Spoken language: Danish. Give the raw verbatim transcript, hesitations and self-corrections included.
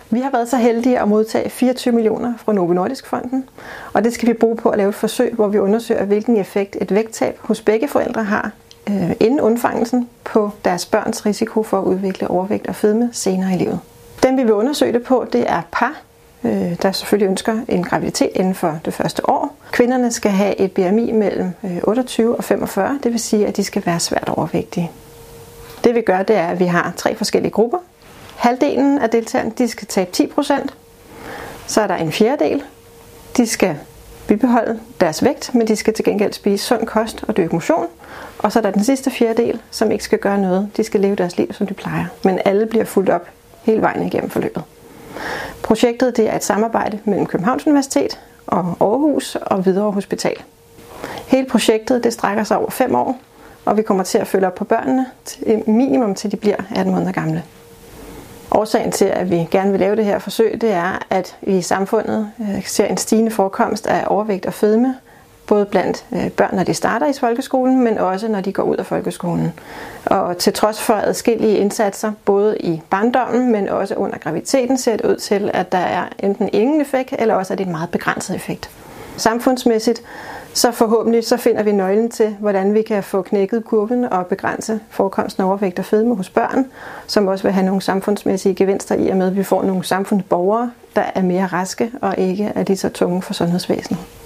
Vi har været så heldige at modtage fireogtyve millioner fra Novo Nordisk-fonden, og det skal vi bruge på at lave et forsøg, hvor vi undersøger, hvilken effekt et vægttab hos begge forældre har øh, inden undfangelsen på deres børns risiko for at udvikle overvægt og fedme senere i livet. Den vi vil undersøge det på, det er par, øh, der selvfølgelig ønsker en graviditet inden for det første år. Kvinderne skal have et B M I mellem otteogtyve og femogfyrre, det vil sige, at de skal være svært overvægtige. Det vi gør, det er, at vi har tre forskellige grupper. Halvdelen af deltagerne, de skal tabe ti procent. Så er der en fjerdedel. De skal bibeholde deres vægt, men de skal til gengæld spise sund kost og dyrke motion. Og så er der den sidste fjerdedel, som ikke skal gøre noget. De skal leve deres liv, som de plejer. Men alle bliver fulgt op hele vejen igennem forløbet. Projektet det er et samarbejde mellem Københavns Universitet og Aarhus og Hvidovre Hospital. Hele projektet det strækker sig over fem år, og vi kommer til at følge op på børnene minimum til de bliver atten måneder gamle. Årsagen til, at vi gerne vil lave det her forsøg, det er, at vi i samfundet ser en stigende forekomst af overvægt og fedme, både blandt børn, når de starter i folkeskolen, men også når de går ud af folkeskolen. Og til trods for adskillige indsatser, både i barndommen, men også under graviditeten, ser det ud til, at der er enten ingen effekt, eller også er det en meget begrænset effekt. Samfundsmæssigt, så forhåbentlig så finder vi nøglen til, hvordan vi kan få knækket kurven og begrænse forekomsten af overvægt og fedme hos børn, som også vil have nogle samfundsmæssige gevinster i og med, at vi får nogle samfundsborgere, der er mere raske og ikke er lige så tunge for sundhedsvæsenet.